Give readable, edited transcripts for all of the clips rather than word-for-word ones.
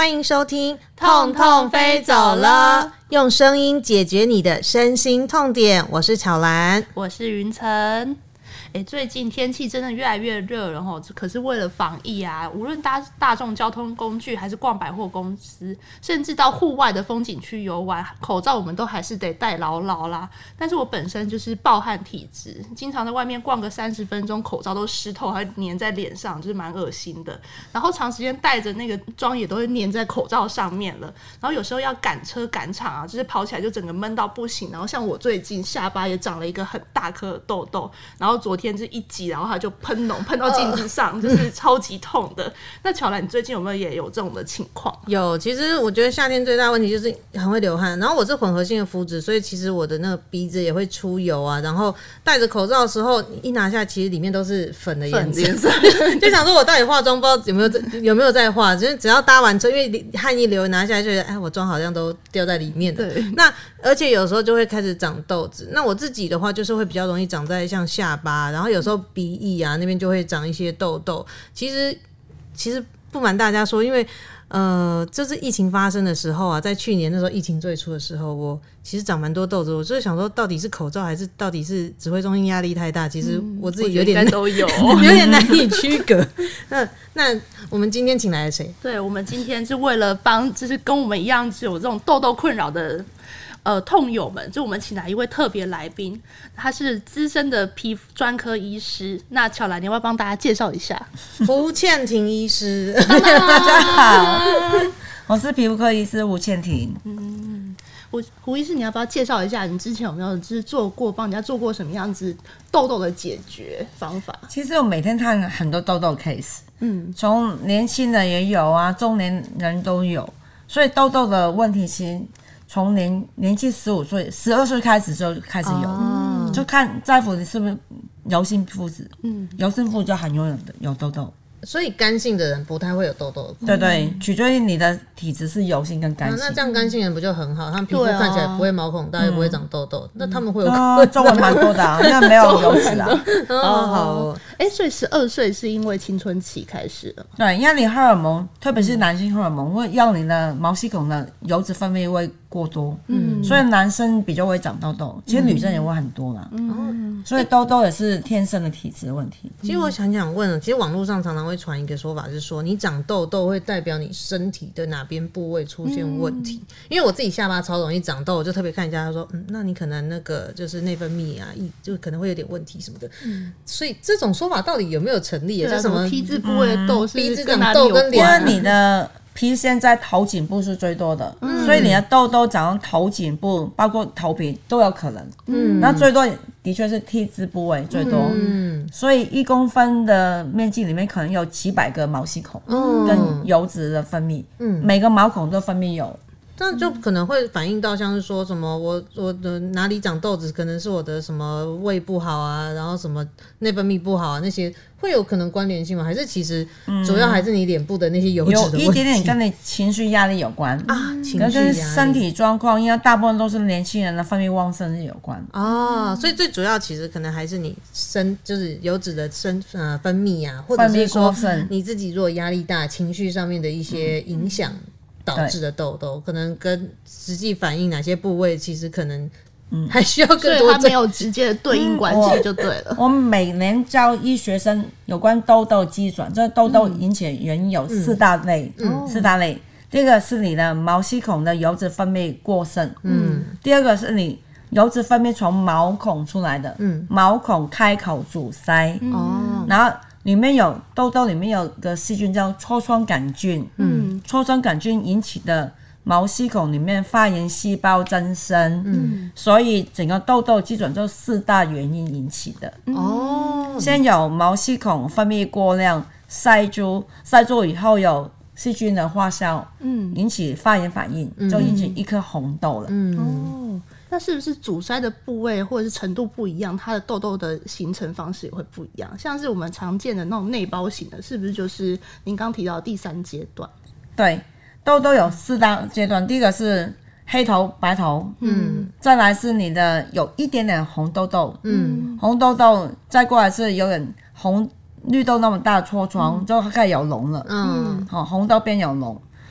欢迎收听《痛痛飞走了》，用声音解决你的身心痛点。我是巧兰， 我是云晨。最近天气真的越来越热了吼，可是为了防疫啊，无论搭大众交通工具，还是逛百货公司，甚至到户外的风景区游玩，口罩我们都还是得戴牢牢啦。但是我本身就是暴汗体质，经常在外面逛个30分钟，口罩都湿透，还粘在脸上，就是蛮恶心的。然后长时间戴着那个妆也都会粘在口罩上面了。然后有时候要赶车赶场啊，就是跑起来就整个闷到不行。然后像我最近下巴也长了一个很大颗的痘痘，然后昨天是一挤，然后它就喷脓喷到镜子上，就是超级痛的。那巧兰，你最近有没有也有这种的情况？ 有，其实我觉得夏天最大的问题就是很会流汗，然后我是混合性的肤质，所以其实我的那个鼻子也会出油啊。然后戴着口罩的时候，一拿下，其实里面都是粉的颜色，就想说我到底化妆不知道有没有在化，只要搭完车，因为汗一流拿下来就觉得，哎，我妆好像都掉在里面了。那而且有时候就会开始长痘子。那我自己的话，就是会比较容易长在像下巴，然后有时候鼻翼啊那边就会长一些痘痘。其实不瞒大家说，因为这次疫情发生的时候啊，在去年那时候疫情最初的时候，我其实长蛮多痘子。我就是想说，到底是口罩还是到底是指挥中心压力太大？其实我自己有点都有有点难以区隔。那我们今天请来了谁？ 对，我们今天是为了帮，就是跟我们一样有这种痘痘困扰的痛友们，就我们请来一位特别来宾，他是资深的皮肤专科医师。那巧兰，你要不要帮大家介绍一下？ 胡倩婷医师。 大家好，我是皮肤科医师吴倩婷。 胡医师，你要不要介绍一下你之前有没有就是帮人家做过什么样子痘痘的解决方法？ 其实我每天看很多痘痘 case，从年轻人也有啊，中年人都有，所以痘痘的问题其实从年纪15岁、12岁开始就开始有，就看在乎你是不是油性肤质，油性肤质就很容易有痘痘。 所以干性的人不太会有痘痘的。 对对，取决于你的体质是油性跟干性。 那这样干性人不就很好？他们皮肤看起来不会毛孔大，又不会长痘痘，那他们会有皱纹蛮多的啊，那没有油脂啊。 好。 所以12岁是因为青春期开始的。 对，因为你荷尔蒙，特别是男性荷尔蒙，会让你的毛细孔的油脂分泌会过多，所以男生比较会长痘痘，其实女生也会很多啦。所以痘痘也是天生的体质问题。 其实我想问，其实网络上常常会传一个说法，是说你长痘痘会代表你身体的哪边部位出现问题。因为我自己下巴超容易长痘，我就特别看一下，他说，那你可能那个就是内分泌啊，就可能会有点问题什么的。所以这种说法到底有没有成立？ 对啊， 什么 T 字部位的痘是鼻子跟长痘跟脸， 因为你的皮现在头颈部是最多的，所以你的痘痘长到头颈部，包括头皮都有可能。那最多的确是 T 字部位最多，所以1公分的面积里面可能有几百个毛细孔跟油脂的分泌，每个毛孔都分泌有。 这样就可能会反映到像是说什么我的哪里长痘子，可能是我的什么胃不好啊，然后什么内分泌不好啊，那些会有可能关联性吗？还是其实主要还是你脸部的那些油脂的问题？ 有一点点跟你情绪压力有关啊，情绪压力跟身体状况，因为大部分都是年轻人的分泌旺盛是有关所以最主要其实可能还是你就是油脂的分泌啊，或者是说你自己如果压力大，情绪上面的一些影响。导致的痘痘可能跟实际反映哪些部位，其实可能还需要更多， 所以它没有直接的对应关系就对了。 我们每年教医学生有关痘痘机转，这痘痘引起的原因有4大类，第一个是你的毛细孔的油脂分泌过剩，第二个是你油脂分泌从毛孔出来的，毛孔开口阻塞，然后痘痘里面有个细菌叫痤疮杆菌，痤疮杆菌引起的毛细孔里面发炎细胞增生，所以整个痘痘基本就4大原因引起的。先有毛细孔分泌过量，塞住以后有细菌的发酵，引起发炎反应，就引起一颗红痘了。 那是不是阻塞的部位或者是程度不一样，它的痘痘的形成方式也会不一样？像是我们常见的那种内包型的，是不是就是您刚提到的第3阶段？ 对，痘痘有4大阶段，第一个是黑头白头，再来是你的有一点点红痘痘，红痘痘，再过来是有点绿豆那么大的痤疮，就开始有脓了，红豆边有脓，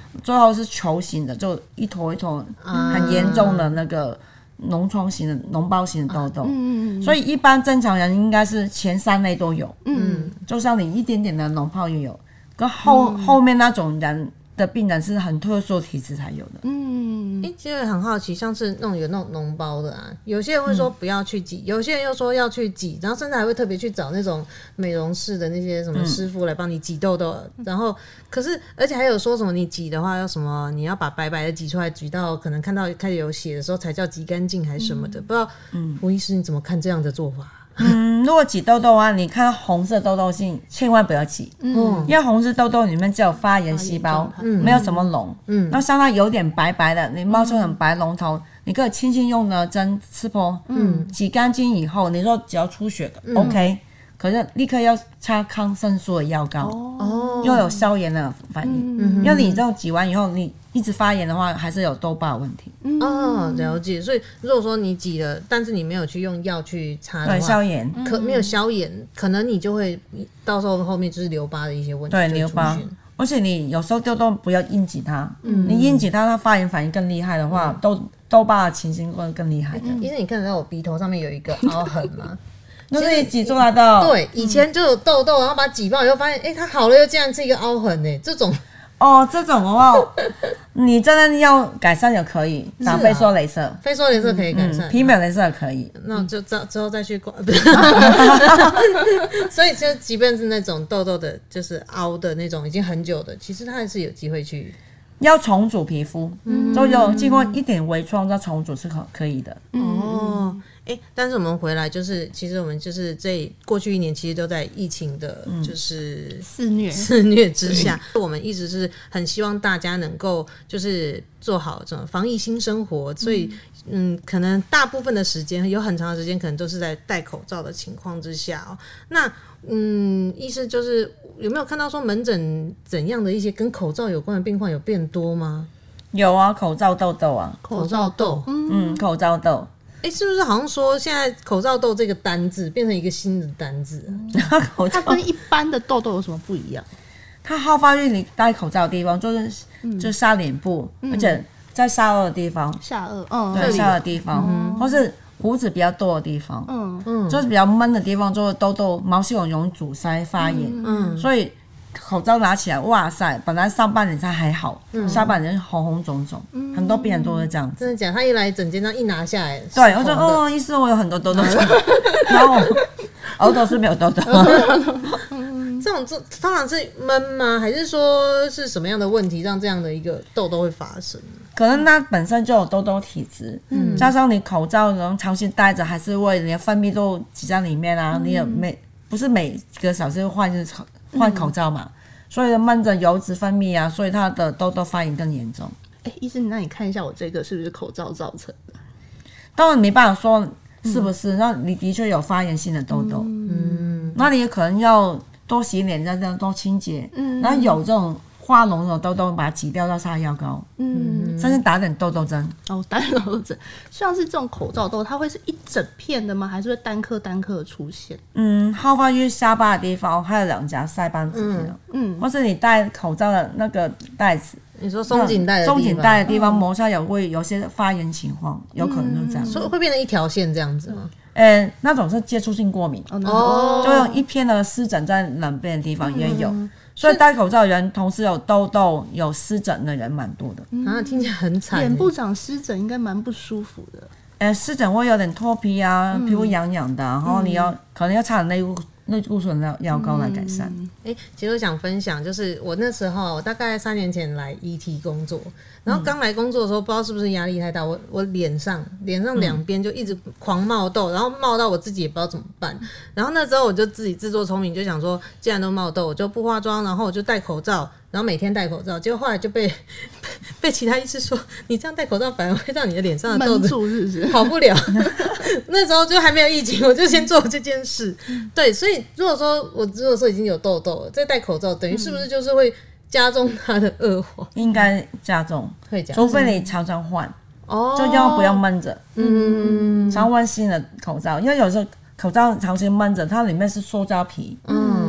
最后是球形的，就一坨一坨很严重的那个脓疮型的脓包型的痘痘。所以一般正常人应该是前3类都有。就像你一点点的脓泡也有，跟后面那种人的病人是很特殊的体质才有的。 其实很好奇，像是那种有那种脓包的啊，有些人会说不要去挤，有些人又说要去挤，然后甚至还会特别去找那种美容室的那些什么师傅来帮你挤痘痘。然后可是而且还有说什么你挤的话要什么，你要把白白的挤出来，挤到可能看到开始有血的时候才叫挤干净还是什么的。不知道吴医师你怎么看这样的做法？ 如果挤痘痘啊，你看到红色痘痘性千万不要挤。因为红色痘痘里面只有发炎细胞，没有什么脓。那像它有点白白的，你冒出很白脓头，你可以轻轻用呢针刺破，挤干净以后，你说只要出血的，OK。可是立刻要擦抗生素的药膏，又有消炎的反应。因为你这种挤完以后，你一直发炎的话，还是有痘疤的问题。 了解。所以如果说你挤了，但是你没有去用药去擦的话， 对，消炎没有消炎，可能你就会到时候后面就是留疤的一些问题。 对，留疤。而且你有时候痘痘不要硬挤它，你硬挤它，它发炎反应更厉害的话，痘疤的情形会更厉害的。 医生，你看得到我鼻头上面有一个凹痕吗？ 那是你挤出来的。 对，以前就有痘痘，然后把它挤爆以后发现，它好了又竟然是一个凹痕这种。 这种的话，你真的要改善也可以打飞梭雷射， 飞梭雷射可以改善， 皮秒雷射也可以。 那就之后再去刮。所以就即便是那种痘痘的，就是凹的那种，已经很久的，其实它还是有机会去。 要重组皮肤，就有经过一点微创再重组是可以的。 但是我们回来就是，其实我们就是过去1年其实都在疫情的，就是肆虐之下，我们一直是很希望大家能够就是做好这种防疫新生活，所以可能大部分的时间有很长的时间可能都是在戴口罩的情况之下那医师就是有没有看到说门诊怎样的一些跟口罩有关的病患有变多吗？ 有啊，口罩痘痘啊， 口罩痘， 口罩痘。 是不是好像说现在口罩痘这个单字变成一个新的单字它跟一般的痘痘有什么不一样？ 它好发于你戴口罩的地方，就是下脸部，而且在下颚的地方，对，下颚的地方，或是胡子比较多的地方，就是比较闷的地方，就是痘痘毛细孔容易阻塞发炎，所以口罩拿起来，哇塞，本来上半年才还好，下半年红红肿肿，很多病人都会这样子。 真的假的？他一来诊间，一拿下来， 对，我说医师，我有很多痘痘，然后额头是没有痘痘。 这通常是闷吗？还是说是什么样的问题让这样的一个痘痘会发生？ 可能它本身就有痘痘体质，加上你口罩然后长期戴着，还是会你的分泌都挤在里面啊，你也不是每几个小时换口罩嘛，所以闷着油脂分泌啊，所以它的痘痘发炎更严重。 医生，那你看一下我这个是不是口罩造成的？ 当然没办法说是不是，那你的确有发炎性的痘痘，那你也可能要多洗脸，这样多清洁，然后有这种化脓的痘痘，把它挤掉，要擦药膏，甚至打点痘痘针。 打点痘痘针，像是这种口罩痘，它会是一整片的吗？还是会单颗的出现？好发于下巴的地方，还有两颊腮帮子或是你戴口罩的那个袋子。 你说松紧带的地方摩擦会有些发炎情况，有可能就这样， 所以会变成一条线这样子吗？ 那种是接触性过敏，就有一片的湿疹在冷边的地方也有，所以戴口罩的人同时有痘痘、有湿疹的人蛮多的。 听起来很惨。 脸部长湿疹应该蛮不舒服的。 湿疹会有点脱皮啊，皮肤痒痒的，然后你可能要擦内固醇的药膏来改善。 其实我想分享，就是我那时候，我大概3年前来 ET 工作，然后刚来工作的时候，不知道是不是压力太大，我脸上两边就一直狂冒痘，然后冒到我自己也不知道怎么办。然后那时候我就自己自作聪明，就想说，既然都冒痘，我就不化妆，然后我就戴口罩。然后每天戴口罩，结果后来就被其他医师说，你这样戴口罩反而会让你的脸上的痘子好不了。那时候就还没有疫情，我就先做这件事。对，所以如果说已经有痘痘了，再戴口罩，等于是不是就是会加重它的恶化？ 应该加重， 会加重， 除非你常常换，就要不要闷着，常换新的口罩，因为有时候口罩长期闷着，它里面是塑胶皮，那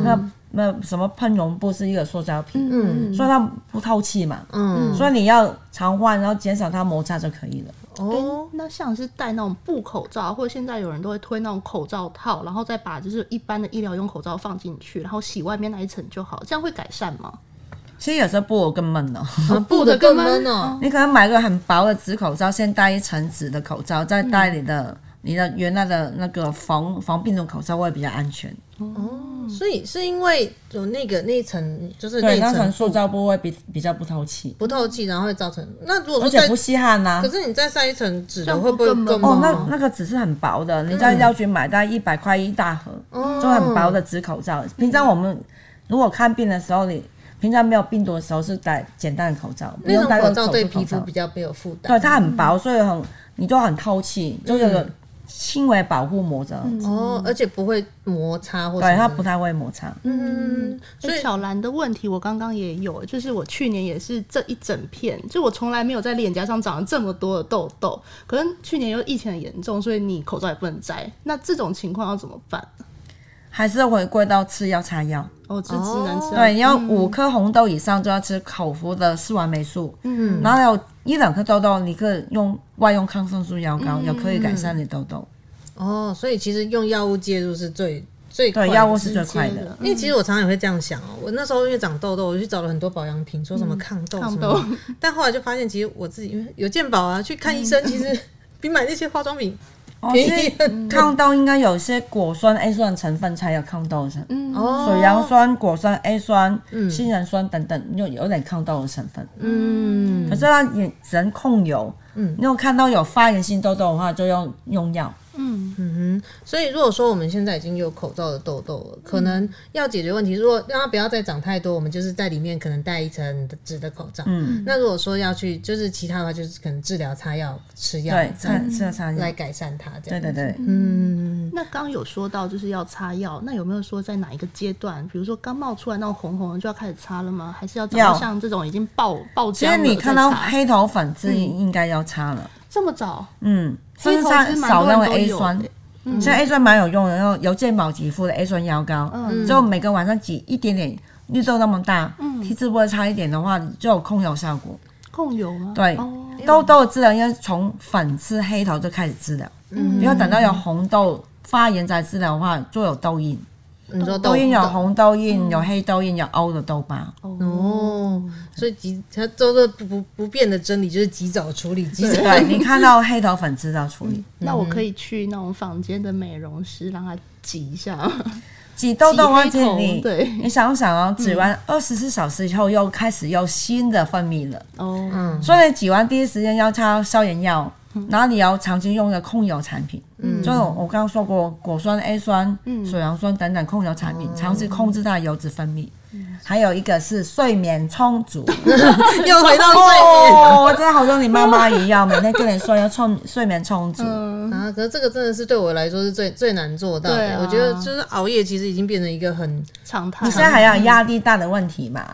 那什么喷绒布是一个塑胶品，所以它不透气嘛，所以你要常换，然后减少它摩擦就可以了。 那像是戴那种布口罩，或者现在有人都会推那种口罩套，然后再把就是一般的医疗用口罩放进去，然后洗外面那一层就好，这样会改善吗？ 其实有时候布更闷哦， 布的更闷哦。 你可能买个很薄的纸口罩，先戴一层纸的口罩，再戴你的原来的那个防病毒口罩会比较安全。 所以是因为有那一层，就是对， 那层塑胶布会比较不透气， 然后会造成那如果说而且不吸汗呐。 可是你再晒一层纸的会不会更闷？ 那个纸是很薄的，你在药局买大概100块一大盒，就很薄的纸口罩。平常我们如果看病的时候，你平常没有病毒的时候是戴简单的口罩， 那种口罩对皮肤比较没有负担。 对，它很薄，所以你就很透气，就有个轻微保护膜着。 而且不会摩擦或者对，它不太会摩擦。 所以小兰的问题我刚刚也有，就是我去年也是这一整片，就我从来没有在脸颊上长了这么多的痘痘，可能去年又疫情很严重，所以你口罩也不能摘，那这种情况要怎么办？ 还是回归到吃药擦药。 只能吃。 对，你要5颗红豆以上就要吃口服的4环霉素。然后有1-2颗痘痘，你可以外用抗生素药膏，也可以改善你痘痘。 所以其实用药物介入是最快的， 对，药物是最快的。 因为其实我常常也会这样想我那时候因为长痘痘，我就去找了很多保养品，说什么抗痘什么但后来就发现，其实我自己因为有健保啊，去看医生其实比买那些化妆品便宜很多。 抗痘应该有些果酸 A 酸成分才有抗痘的成分，水杨酸、果酸 A 酸、杏仁酸等等，有点抗痘的成分。可是它也只能控油。你有看到有发炎性痘痘的话，就用药。 所以如果说我们现在已经有口罩的痘痘了，可能要解决问题，如果让它不要再长太多，我们就是在里面可能戴一层纸的口罩。那如果说要去就是其他的话，就是可能治疗、擦药、吃药， 对，擦药来改善它。这样对。 那刚刚有说到就是要擦药，那有没有说在哪一个阶段，比如说刚冒出来那种红红的就要开始擦了吗？还是要找到像这种已经爆浆了？ 其实你看到黑头粉质应该要擦了。 这么早？ 甚至它少量的 A 酸。现在 A 酸蛮有用的，然后有健保给付的 A 酸药膏，就每个晚上挤一点点，绿豆那么大，T 字波差一点的话，就有控油效果。 控油吗？ 对，痘痘的治疗应该从粉刺黑头就开始治疗，不要等到有红痘发炎再治疗的话，就有痘印。 你说痘印有红痘印，有黑痘印，有凹的痘疤。 所以它都是不变的真理，就是及早处理。 对，你看到黑头粉知道处理。 那我可以去那种坊间的美容师让他挤一下。 挤痘痘的话，你想想挤完24小时以后又开始有新的分泌了。所以你挤完第一时间要擦消炎药。然后你要长期用的控油产品，就我刚刚说过，果酸 A 酸、水杨酸等等控油产品，长期控制它的油脂分泌。还有一个是睡眠充足， 又回到睡眠。 我真的好像你妈妈一样，每天跟你说要睡眠充足。 可是这个真的是对我来说是最难做到的。我觉得就是熬夜其实已经变成一个很常态。 你现在还有压力大的问题嘛？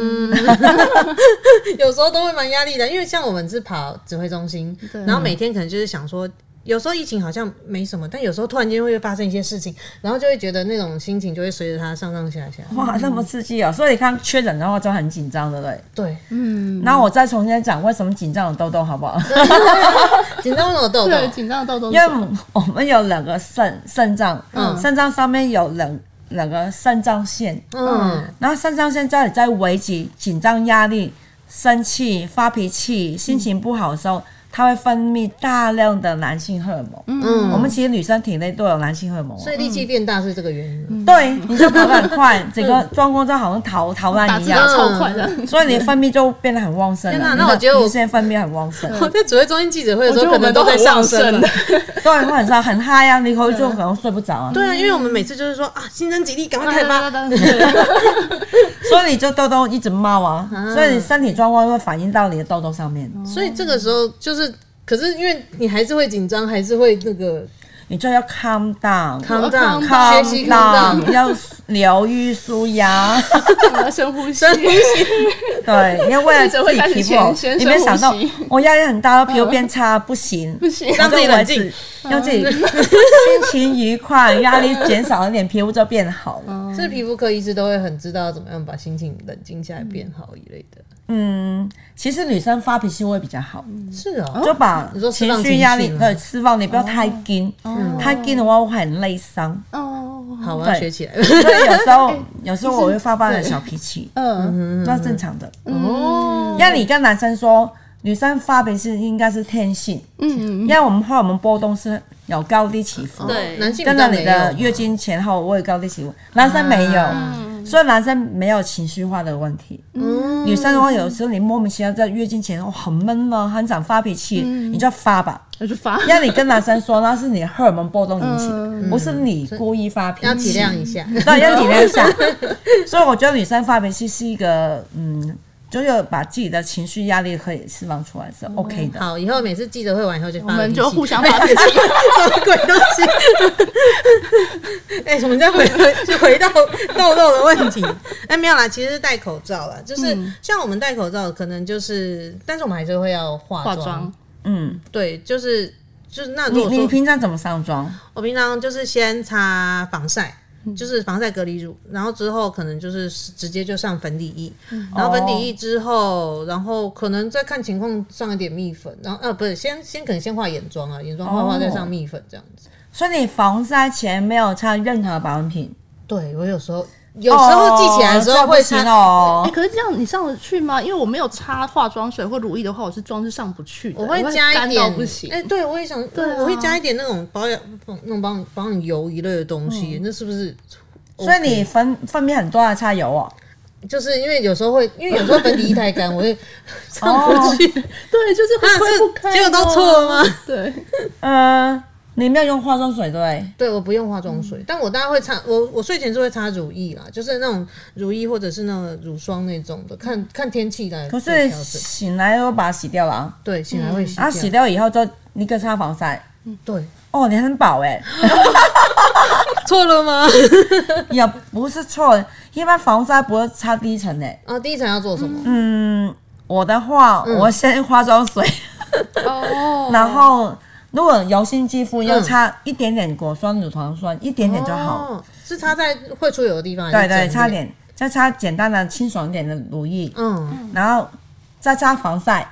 有时候都会蛮压力的，因为像我们是跑指挥中心，然后每天可能就是想说。有时候疫情好像没什么，但有时候突然间会发生一些事情，然后就会觉得那种心情就会随着它上上下下。 哇，那么刺激哦！所以你看确诊的话就很紧张，对不对？ 对， 然后我再重新讲为什么紧张有痘痘，好不好？ 紧张有痘痘， 对，紧张的痘痘。 因为我们有2个肾脏，肾脏上面有两个肾脏线，然后肾脏线在危急、紧张、压力、生气、发脾气、心情不好的时候。它会分泌大量的男性荷尔蒙。我们其实女生体内都有男性荷尔蒙， 所以力气变大是这个原因。 对，你就跑得很快，整个状况就好像逃难一样， 超快的。 所以你的分泌就变得很旺盛了。 天哪，那我觉得我现在分泌很旺盛。 我在指挥中心记者会的时候，可能都在上升了。 对，会很嗨啊，你回去就可能睡不着啊。 对啊，因为我们每次就是说啊，新增几例，赶快开发。 所以你就痘痘一直冒啊，所以你身体状况会反映到你的痘痘上面。 所以这个时候就是，可是因为你还是会紧张，还是会那个。 你就要 calm down， 学习 calm down， 要疗愈舒压， 深呼吸， 对，你要为了自己皮肤，你没想到我压力很大，皮肤变差，不行， 让自己冷静， 让自己心情愉快，压力减少一点，皮肤就变好了。 所以皮肤科医师都会很知道怎么样把心情冷静下来变好一类的。 其实女生发脾气会比较好， 是哦， 就把情绪压力对释放，你不要太紧，太紧的话会很内伤。 好，我要学起来。 所以有时候我会发点小脾气，那正常的。要你跟男生说，女生发脾气应该是天性，因为我们荷尔蒙波动是有高低起伏， 对， 男性跟着你的月经前后会有高低起伏，男生没有。所以男生没有情绪化的问题，女生的话，有时候你莫名其妙在月经前很闷了，很想发脾气，你就发吧， 就发。 要你跟男生说，那是你的荷尔蒙波动引起，不是你故意发脾气， 要体谅一下， 对，要体谅一下。所以我觉得女生发脾气是一个就是把自己的情绪压力可以释放出来是 OK 的。 好，以后每次记者会完以后就发我们就互相发脾气， 什么鬼东西？我们再回到痘痘的问题。没有啦，其实是戴口罩啦，就是像我们戴口罩，可能就是，但是我们还是会要化妆。对，就是那如果说你平常怎么上妆？ 我平常就是先擦防晒。就是防晒隔离乳，然后之后可能就是直接就上粉底液，然后粉底液之后，然后可能再看情况上一点蜜粉，然后不是先可能先画眼妆啊，眼妆画再上蜜粉这样子。 所以你防晒前没有擦任何保养品？ 对，我有时候记起来的时候会擦可是这样你上得去吗？因为我没有擦化妆水或乳液的话，我是妆是上不去的。 我会加一点， 不行。 对，我也想，我会加一点那种保养油一类的东西，那是不是？ 所以你分泌很多要擦油哦。 就是因为有时候粉底液太干，我会上不去。 对，就是会推不开。 结果都错了吗？ 对， 你没有用化妆水对不对？ 对，我不用化妆水，但我大概会擦，我睡前是会擦乳液啦，就是那种乳液或者是那种乳霜那种的，看天气来。 可是醒来又把它洗掉了啊？ 对，醒来会洗掉。 洗掉以后就立刻擦防晒。 对。 哦，你很饱哎。 错了吗？ 也不是错，一般防晒不会擦第一层诶。 第一层要做什么？ 我的话，我先化妆水，然后如果油性肌肤要擦一点点果酸、乳糖酸，一点点就好。 是擦在会出油的地方？ 对，擦点，再擦简单的清爽一点的乳液，然后再擦防晒。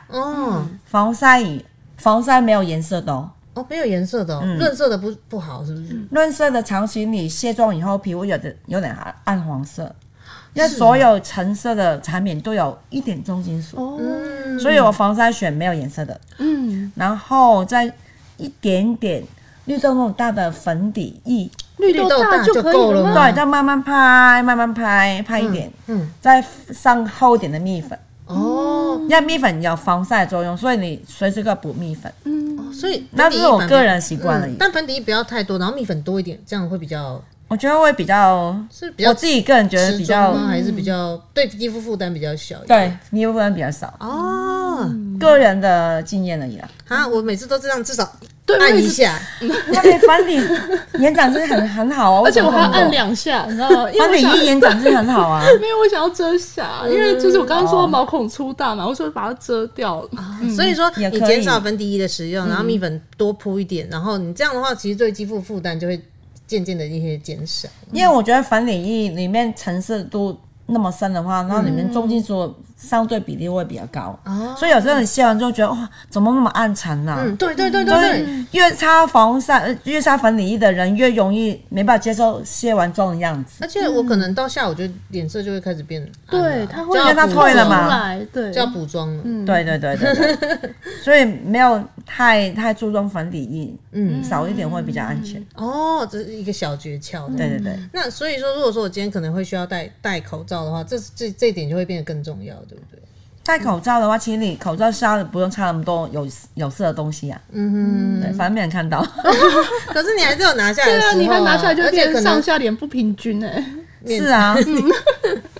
防晒没有颜色的哦。 没有颜色的润色的不好，是不是？ 润色的长期你卸妆以后，皮肤有点暗黄色，因为所有橙色的产品都有一点重金属，所以我防晒选没有颜色的，然后再一点点绿豆那种大的粉底液， 绿豆大就够了吗？ 对，再慢慢拍一点，再上厚一点的蜜粉。因为蜜粉有防晒作用，所以你随时可以补蜜粉。 所以那是我个人习惯而已。 但粉底液不要太多，然后蜜粉多一点，这样会比较。 我觉得会比较，我自己个人觉得比较， 还是比较对肌肤负担比较小。 对，皮肤负担比较少。个人的经验而已啦。 我每次都这样，至少按一下。 那边粉底延展是很好哦， 而且我还要按2下，你知道吗？ 粉底液延展是很好啊。 没有，我想要遮瑕，因为就是我刚刚说毛孔粗大嘛，我说把它遮掉了。 所以说你减少粉底液的使用，然后蜜粉多铺一点，然后你这样的话，其实对肌肤负担就会渐渐的一些减少。 因为我觉得粉底液里面层次都那么深的话，然后里面重金属相对比例会比较高，所以有时候你卸完之后觉得哇，怎么那么暗沉呢？ 对， 越擦防晒、越擦粉底液的人越容易没办法接受卸完妆的样子。 而且我可能到下午就脸色就会开始变暗， 对，它会因为它退了嘛， 对， 就要补妆了。 对，所以没有太注重粉底液，少一点会比较安全。 这是一个小诀窍。 对。 那所以说，如果说我今天可能会需要戴口罩的话，这一点就会变得更重要，对不对？ 戴口罩的话，其实你口罩下不用擦那么多有色的东西啊。对，反正没人看到。 可是你还是有拿下来的时候， 你还拿下来就变成上下脸不平均哎。 是啊，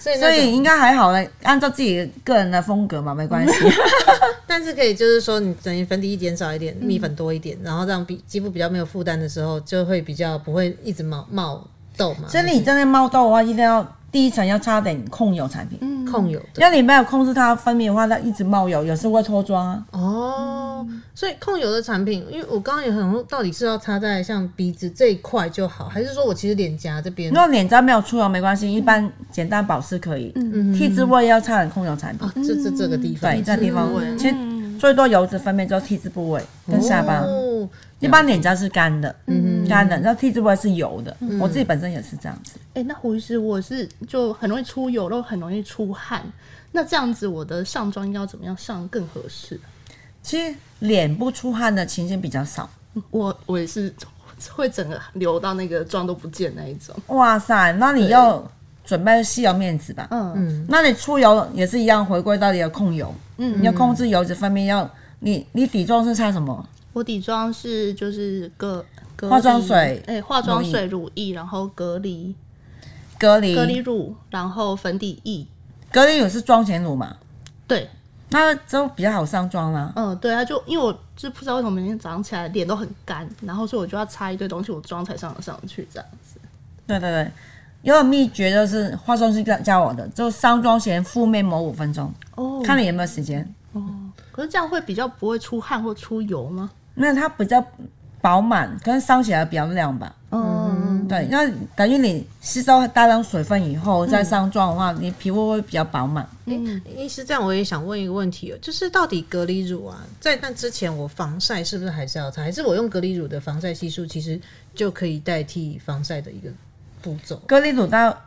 所以应该还好了，按照自己个人的风格嘛，没关系。 但是可以就是说，你等于粉底液减少一点，蜜粉多一点，然后让肌肤比较没有负担的时候，就会比较不会一直冒痘嘛。 所以你真的冒痘的话，一定要第一层要擦点控油产品， 控油的。 要你没有控制它分泌的话，它一直冒油，有时会脱妆啊。 哦，所以控油的产品，因为我刚刚也很说，到底是要擦在像鼻子这一块就好，还是说我其实脸颊这边？ 如果脸颊没有出油没关系，一般简单保湿可以。T 字部位要擦点控油产品。 这个地方， 对，这地方其实最多油脂分泌就是 T 字部位跟下巴。一般脸颊是干的，干的，然后 T 字部位是油的。我自己本身也是这样子。 那胡医师，我是就很容易出油，又很容易出汗，那这样子我的上妆应该要怎么样上更合适？ 其实脸部出汗的情形比较少， 我也是会整个流到那个妆都不见那一种。 哇塞，那你要准备吸油面纸吧。那你出油也是一样，回归到你的控油。你要控制油脂分泌，你底妆是擦什么？ 我底妆是就是化妆水， 化妆水、乳液，然后隔离乳，然后粉底液。 隔离乳是妆前乳嘛？ 对， 那就比较好上妆啦。 对，它就因为我就不知道为什么每天早上起来脸都很干，然后所以我就要擦一堆东西，我妆才上得上去这样子。 对对对，有秘诀就是化妆师教我的，就上妆前敷面膜5分钟，看你有没有时间。 可是这样会比较不会出汗或出油吗？ 那它比较饱满，可是上起来比较亮吧。对，那等于你吸收大量水分以后再上妆的话，你皮肤会比较饱满。 医师，这样我也想问一个问题，就是到底隔离乳啊，在那之前我防晒是不是还是要擦，还是我用隔离乳的防晒系数其实就可以代替防晒的一个步骤？ 隔离乳到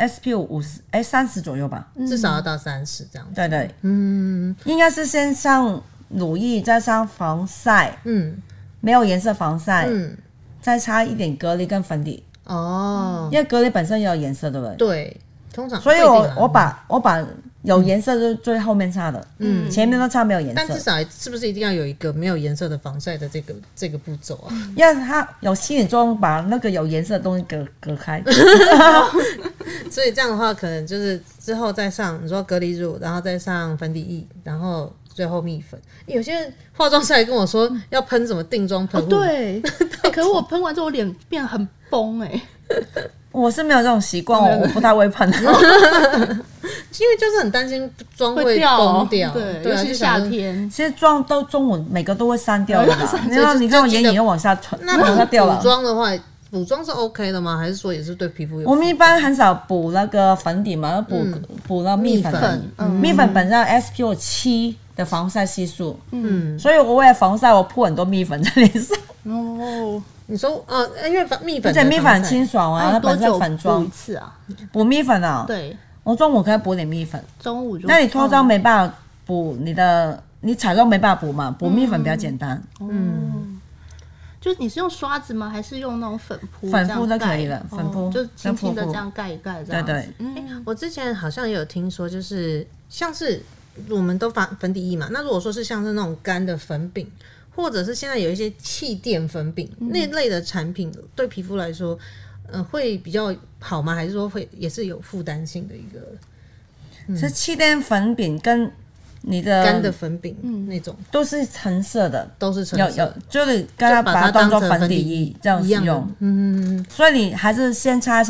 SPF 30左右吧， 至少要到30这样子。 对对，应该是先上乳液，再上防晒，没有颜色防晒，再擦一点隔离跟粉底。因为隔离本身也有颜色，对不对？ 对，通常。 所以我把有颜色就是最后面擦的，前面都擦没有颜色。 但至少是不是一定要有一个没有颜色的防晒的这个步骤啊？ 因为它有心理作用，把那个有颜色的东西隔开。 所以这样的话，可能就是之后再上你说隔离乳，然后再上粉底液，然后最后蜜粉。有些人化妆师还跟我说要喷什么定妆喷雾， 对，可是我喷完之后我脸变得很崩我是没有这种习惯，我不太会喷，因为就是很担心妆会崩掉， 对，尤其是夏天。 其实妆都中午每个都会删掉的啦，你看我眼影又往下传，往下掉了。 补妆的话，补妆是 OK 的吗？还是说也是对皮肤有？ 我们一般很少补那个粉底嘛，补那蜜粉。蜜粉本身 SPF7的防晒系数，所以我为了防晒，我铺很多蜜粉在脸上。 你说因为蜜粉， 而且蜜粉很清爽啊，它本身粉妆。 补一次啊？ 补蜜粉啊？ 对， 我中午可以补点蜜粉。 中午就。 那你脱妆没办法补你彩妆没办法补嘛？补蜜粉比较简单。 就是你是用刷子吗？还是用那种粉扑？ 粉扑就可以了，粉扑就轻轻的这样盖一盖，这样子。 对。 我之前好像也有听说，就是像是我们都粉底液嘛，那如果说是像是那种干的粉饼，或者是现在有一些气垫粉饼那类的产品，对皮肤来说，会比较好吗？还是说会也是有负担性的一个？ 是气垫粉饼跟你的干的粉饼那种都是橙色的， 都是橙色， 就是刚刚把它当做粉底液这样使用。所以你还是先擦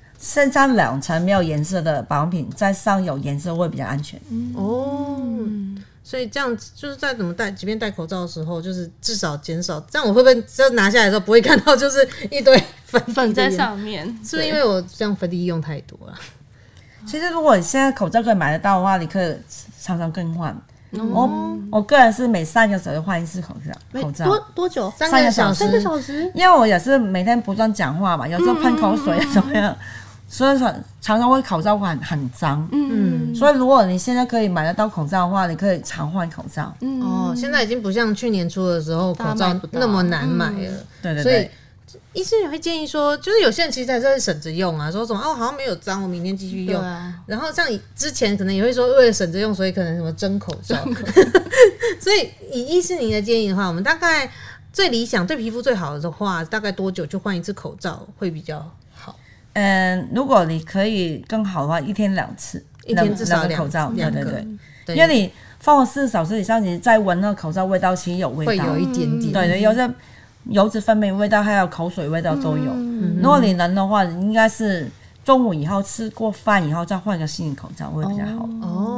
2层没有颜色的保养品，再上有颜色会比较安全。 所以这样就是在怎么戴，即便戴口罩的时候，就是至少减少。这样我会不会就拿下来的时候不会看到就是一堆粉在上面？ 是不是因为我这样粉底液用太多了？ 其实如果你现在口罩可以买得到的话，你可以常常更换。我个人是每3个小时换一次口罩。 多久 ？3个小时。 3个小时。 因为我也是每天不断讲话嘛，有时候喷口水怎么样，所以常常会口罩很脏。所以如果你现在可以买得到口罩的话，你可以常换口罩。 现在已经不像去年初的时候口罩那么难买了。 对。 所以医生也会建议说，就是有些人其实还是会省着用啊，说什么好像没有脏，我明天继续用。然后像之前可能也会说为了省着用，所以可能什么蒸口罩。所以以医师您的建议的话，我们大概最理想对皮肤最好的话，大概多久就换一次口罩会比较好？ 如果你可以更好的话，1天2次。 一天至少 2个口罩， 两个， 对，因为你放了4小时以上，你再闻那个口罩味道，其实有味道， 会有一点点， 对，有些油脂分泌味道，还有口水味道都有。如果你能的话，应该是中午以后吃过饭以后再换个新的口罩会比较好。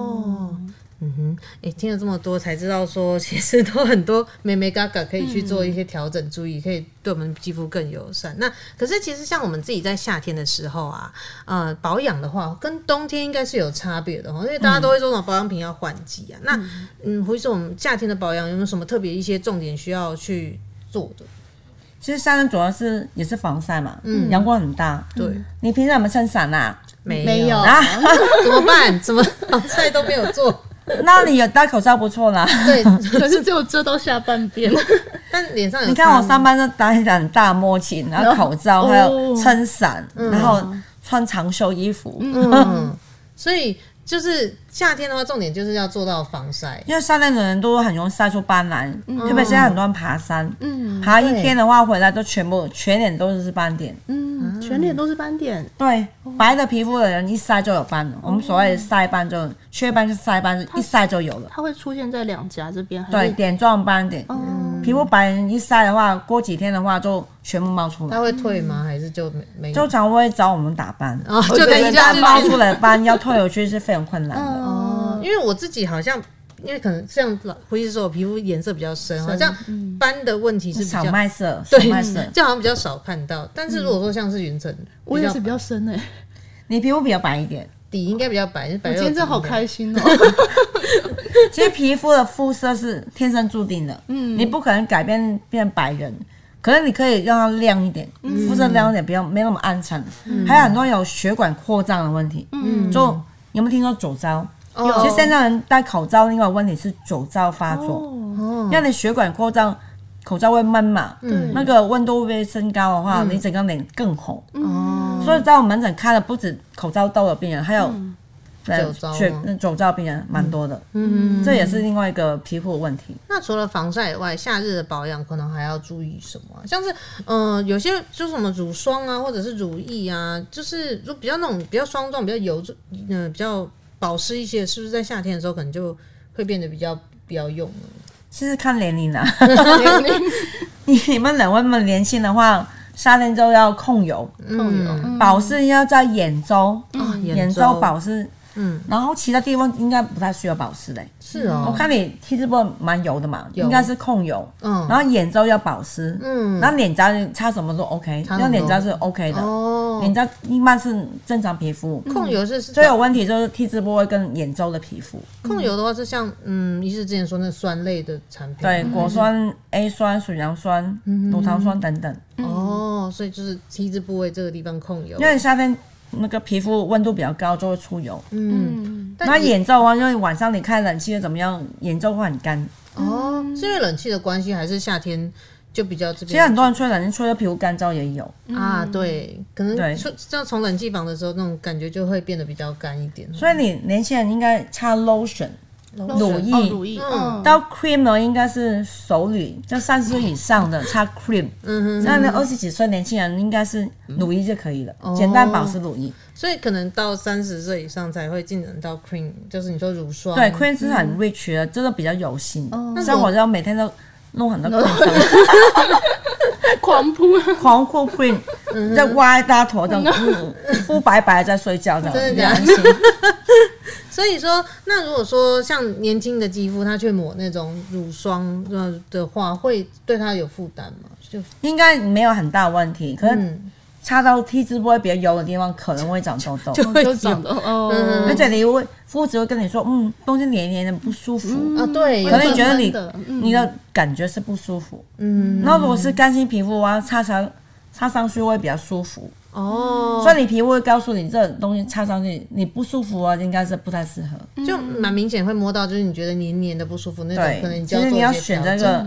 听了这么多才知道说，其实都很多眉眉角角可以去做一些调整，注意可以对我们肌肤更友善。那可是其实像我们自己在夏天的时候啊，保养的话跟冬天应该是有差别的，因为大家都会说保养品要换季啊。那或是我们夏天的保养有没有什么特别一些重点需要去做的？ 其实夏天主要也是防晒嘛，阳光很大。 对， 你平常有没有撑伞啊？ 没有啊？ 怎么办？怎么防晒都没有做？ 那你有戴口罩不错啦。 对， 可是只有遮到下半边， 但脸上有。 你看我上班就戴一很大墨镜，然后口罩，还有撑伞，然后穿长袖衣服。 所以就是夏天的话，重点就是要做到防晒， 因为夏天的人都很容易晒出斑斓，特别现在很多人爬山，爬一天的话回来就全脸都是斑点， 全脸都是斑点。 对，白的皮肤的人一晒就有斑了。我们所谓的晒斑就雀斑，是晒斑，一晒就有了。 它会出现在两颊这边， 对，点状斑点。皮肤白人一晒的话，过几天的话就全部冒出来。 它会退吗？还是就没有？ 就常会找我们打斑， 就等一下冒出来的斑要退回去是非常困难的。 因为我自己好像，因为可能像胡医师说，我皮肤颜色比较深，好像斑的问题是比较小麦色， 对， 小麦色， 就好像比较少看到。但是如果说像是云层， 我也是比较深欸， 你皮肤比较白一点， 底应该比较白。 我今天真的好开心哦！ 其实皮肤的肤色是天生注定的，你不可能改变变白人。可是你可以让它亮一点，肤色亮一点，不要没那么暗沉。还有很多有血管扩张的问题，就有没有听说酒糟？其实现在人戴口罩，另外一个问题是酒糟发作，因为你血管扩张，口罩会闷嘛，那个温度会升高的话，你整个脸更红。所以在我们门诊开了不止口罩痘的病人，还有酒糟病人蛮多的，这也是另外一个皮肤的问题。 那除了防晒以外，夏日的保养可能还要注意什么？像是有些就是什么乳霜啊，或者是乳液啊，就是比较那种比较霜状、比较油比较保湿一些，是不是在夏天的时候可能就会变得比较不要用了？ 其实看年龄啦，你们两位们年轻的话，夏天就要控油，保湿要在眼周，眼周保湿。然后其他地方应该不太需要保湿嘞。 是哦， 我看你 T 字部蛮油的嘛，应该是控油。然后眼周要保湿。然后脸颊擦什么都 OK， 因为脸颊是 OK 的。脸颊一般是正常皮肤。 控油是最有问题就是 T 字部会跟眼周的皮肤。 控油的话是像医师之前说那酸类的产品， 对，果酸、A 酸、水杨酸、乳糖酸等等。 所以就是 T 字部位这个地方控油， 因为夏天那个皮肤温度比较高，就会出油。那眼周啊，因为晚上你开冷气怎么样，眼周会很干。 是因为冷气的关系，还是夏天就比较这边？ 其实很多人吹冷气吹到皮肤干燥也有对，可能像从冷气房的时候，那种感觉就会变得比较干一点。 所以你年轻人应该擦 lotion。乳液，到 cream 呢，应该是手乳，就30岁以上的擦 cream。那20几岁年轻人应该是乳液就可以了，简单保湿乳液。 所以可能到30岁以上才会进展到 cream， 就是你说乳霜。 对 ，cream 是很 rich 的，真的比较油性。像我就每天都弄很多 cream 上， 狂铺 cream， 再挖一大坨这样，敷白白在睡觉这样， 真的安心。 所以说，那如果说像年轻的肌肤，他去抹那种乳霜的话，会对他有负担吗？就应该没有很大问题，可是擦到 T 字部位比较油的地方，可能会长痘痘， 就会长痘痘。 而且你会肤质会跟你说，东西黏黏的不舒服对， 可能你觉得你的感觉是不舒服。然后如果是干性皮肤啊，擦上去会比较舒服。所以你皮肤会告诉你这东西擦上去你不舒服啊，应该是不太适合， 就蛮明显会摸到，就是你觉得黏黏的不舒服那种，可能你就要做一些调整。 其实你要选这个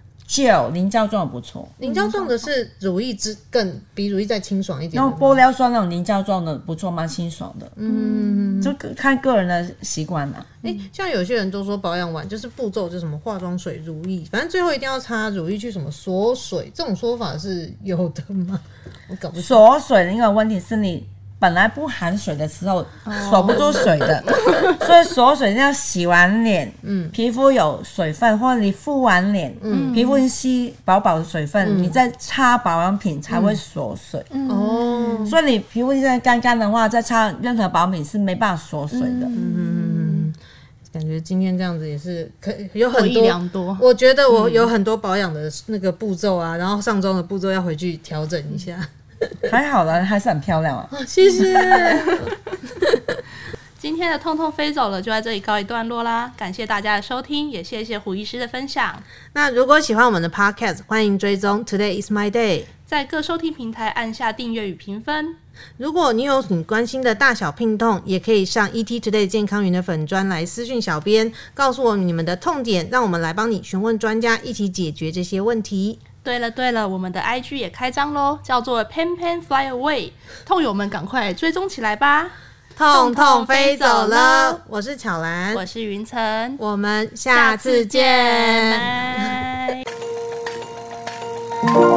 gel 凝胶状不错， 凝胶状的是乳液比乳液再清爽一点， 然后玻尿酸那种凝胶状的不错，蛮清爽的。就看个人的习惯啦。 像有些人都说保养完就是步骤就是什么化妆水、乳液，反正最后一定要擦乳液去什么锁水，这种说法是有的吗？我搞不清。 锁水的一个问题是你本来不含水的时候锁不住水的，所以锁水要洗完脸，皮肤有水分，或者你敷完脸，皮肤吸饱饱的水分，你再擦保养品才会锁水。所以你皮肤现在干干的话，再擦任何保养品是没办法锁水的。 感觉今天这样子也是有很获益良多。 我觉得我有很多保养的那个步骤啊，然后上妆的步骤要回去调整一下。 还好啦，还是很漂亮啊！ 谢谢。 今天的痛痛飞走了就在这里告一段落啦，感谢大家的收听，也谢谢胡医师的分享。 那如果喜欢我们的 Podcast， 欢迎追踪 Today is my day， 在各收听平台按下订阅与评分。 如果你有你关心的大小病痛，也可以上 ET Today 健康云的粉专来私讯小编，告诉我你们的痛点，让我们来帮你询问专家，一起解决这些问题。 对了，我们的 IG 也开张咯，叫做 Pen Pen Fly Away， 痛友们赶快追踪起来吧！ 痛痛飞走了，我是巧兰， 我是云晨， 我们下次见， 拜。